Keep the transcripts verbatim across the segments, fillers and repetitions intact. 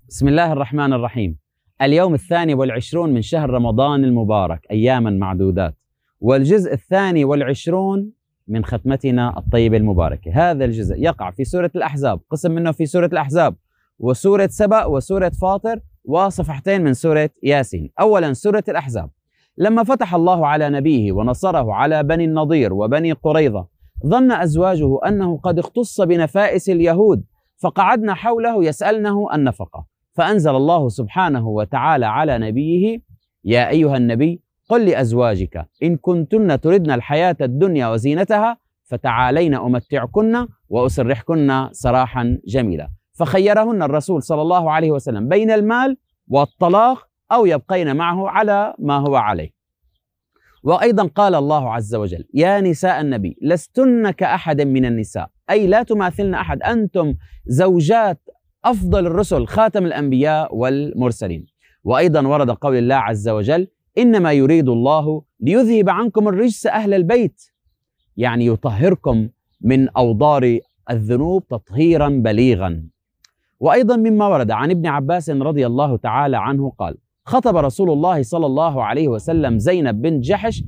بسم الله الرحمن الرحيم. اليوم الثاني والعشرون من شهر رمضان المبارك، أياما معدودات، والجزء الثاني والعشرون من ختمتنا الطيبة المباركة. هذا الجزء يقع في سورة الأحزاب، قسم منه في سورة الأحزاب وسورة سبأ وسورة فاطر وصفحتين من سورة ياسين. أولا سورة الأحزاب، لما فتح الله على نبيه ونصره على بني النضير وبني قريظة، ظن أزواجه أنه قد اختص بنفائس اليهود، فقعدن حوله يسألنه النفقة، فأنزل الله سبحانه وتعالى على نبيه: يا أيها النبي قل لأزواجك إن كنتن تردن الحياة الدنيا وزينتها فتعالين أمتعكن وأسرحكن سراحا جميلا. فخيرهن الرسول صلى الله عليه وسلم بين المال والطلاق أو يبقين معه على ما هو عليه. وأيضا قال الله عز وجل: يا نساء النبي لستن كأحد من النساء، أي لا تماثلن أحد، أنتم زوجات أفضل الرسل خاتم الأنبياء والمرسلين. وأيضا ورد قول الله عز وجل: إنما يريد الله ليذهب عنكم الرجس أهل البيت، يعني يطهركم من أوضار الذنوب تطهيرا بليغا. وأيضا مما ورد عن ابن عباس رضي الله تعالى عنه قال: خطب رسول الله صلى الله عليه وسلم زينب بنت جحش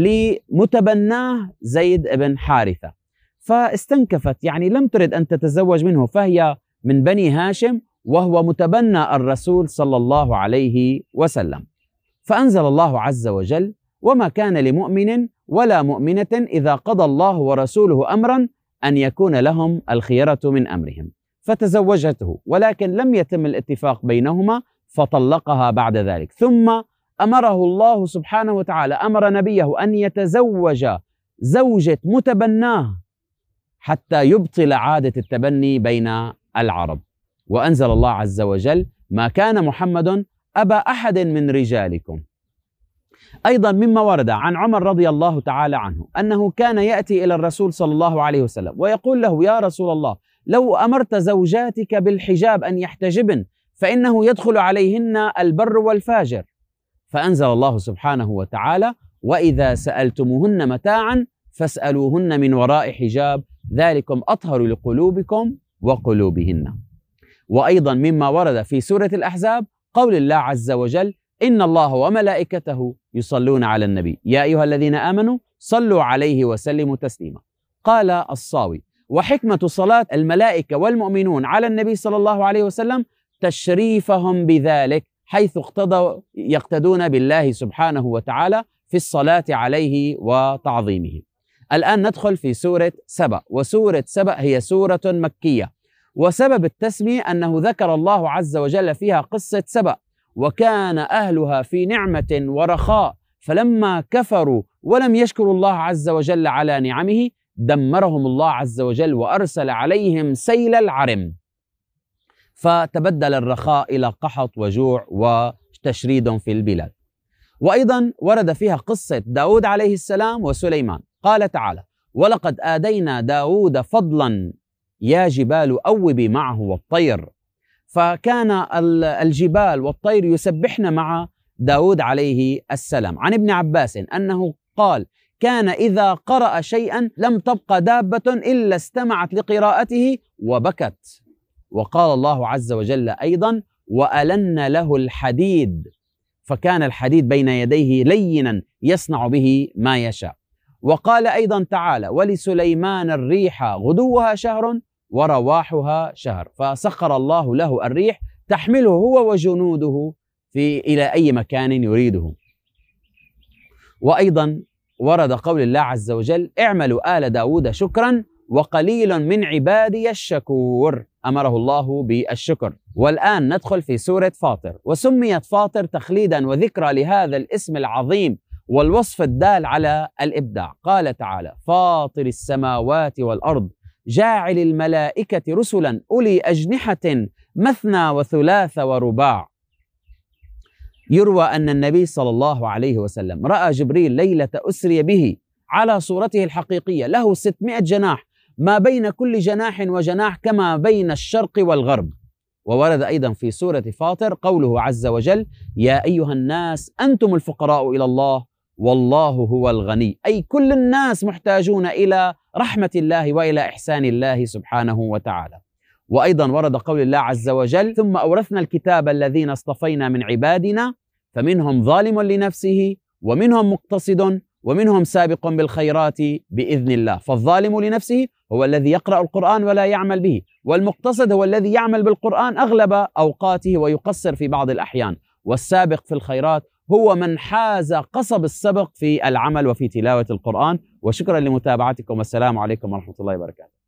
لمتبناه زيد بن حارثة، فاستنكفت، يعني لم ترد أن تتزوج منه، فهي من بني هاشم وهو متبنى الرسول صلى الله عليه وسلم. فأنزل الله عز وجل: وما كان لمؤمن ولا مؤمنة إذا قضى الله ورسوله أمرا أن يكون لهم الخيرة من أمرهم، فتزوجته، ولكن لم يتم الاتفاق بينهما فطلقها بعد ذلك. ثم أمره الله سبحانه وتعالى، أمر نبيه أن يتزوج زوجة متبناه حتى يبطل عادة التبني بين العرب. وأنزل الله عز وجل: ما كان محمد أبا أحد من رجالكم. أيضا مما ورد عن عمر رضي الله تعالى عنه أنه كان يأتي إلى الرسول صلى الله عليه وسلم ويقول له: يا رسول الله، لو أمرت زوجاتك بالحجاب أن يحتجبن فإنه يدخل عليهن البر والفاجر. فأنزل الله سبحانه وتعالى: وإذا سألتموهن متاعا فاسألوهن من وراء حجاب ذلكم أطهر لقلوبكم وقلوبهن. وأيضا مما ورد في سورة الأحزاب قول الله عز وجل: إن الله وملائكته يصلون على النبي يا أيها الذين آمنوا صلوا عليه وسلموا تسليما. قال الصاوي: وحكمة صلاة الملائكة والمؤمنون على النبي صلى الله عليه وسلم تشريفهم بذلك، حيث اقتضوا يقتدون بالله سبحانه وتعالى في الصلاة عليه وتعظيمه. الآن ندخل في سورة سبأ، وسورة سبأ هي سورة مكية، وسبب التسمية أنه ذكر الله عز وجل فيها قصة سبأ، وكان أهلها في نعمة ورخاء، فلما كفروا ولم يشكروا الله عز وجل على نعمه دمرهم الله عز وجل وأرسل عليهم سيل العرم، فتبدل الرخاء إلى قحط وجوع وتشريد في البلاد. وأيضا ورد فيها قصة داود عليه السلام وسليمان. قال تعالى: ولقد آتينا داود فضلا يا جبال أوبي معه والطير. فكان الجبال والطير يسبحن مع داود عليه السلام. عن ابن عباس أنه قال: كان إذا قرأ شيئا لم تبق دابة إلا استمعت لقراءته وبكت. وقال الله عز وجل أيضا: وألن له الحديد، فكان الحديد بين يديه لينا يصنع به ما يشاء. وقال أيضا تعالى: ولسليمان الريح غدوها شهر ورواحها شهر، فسخر الله له الريح تحمله هو وجنوده في إلى أي مكان يريده. وأيضا ورد قول الله عز وجل: اعملوا آل داود شكرا وقليل من عبادي الشكور، أمره الله بالشكر. والآن ندخل في سورة فاطر، وسميت فاطر تخليدا وذكرى لهذا الاسم العظيم والوصف الدال على الإبداع. قال تعالى: فاطر السماوات والأرض جاعل الملائكة رسلا أولي أجنحة مثنى وثلاث ورباع. يروى أن النبي صلى الله عليه وسلم رأى جبريل ليلة أسري به على صورته الحقيقية، له ستمائة جناح، ما بين كل جناح وجناح كما بين الشرق والغرب. وورد أيضا في سورة فاطر قوله عز وجل: يا أيها الناس أنتم الفقراء إلى الله والله هو الغني، أي كل الناس محتاجون إلى رحمة الله وإلى إحسان الله سبحانه وتعالى. وأيضا ورد قول الله عز وجل: ثم أورثنا الكتاب الذين اصطفينا من عبادنا فمنهم ظالم لنفسه ومنهم مقتصد ومنهم سابق بالخيرات بإذن الله. فالظالم لنفسه هو الذي يقرأ القرآن ولا يعمل به، والمقتصد هو الذي يعمل بالقرآن أغلب أوقاته ويقصر في بعض الأحيان، والسابق في الخيرات هو من حاز قصب السبق في العمل وفي تلاوة القرآن. وشكرا لمتابعتكم، والسلام عليكم ورحمة الله وبركاته.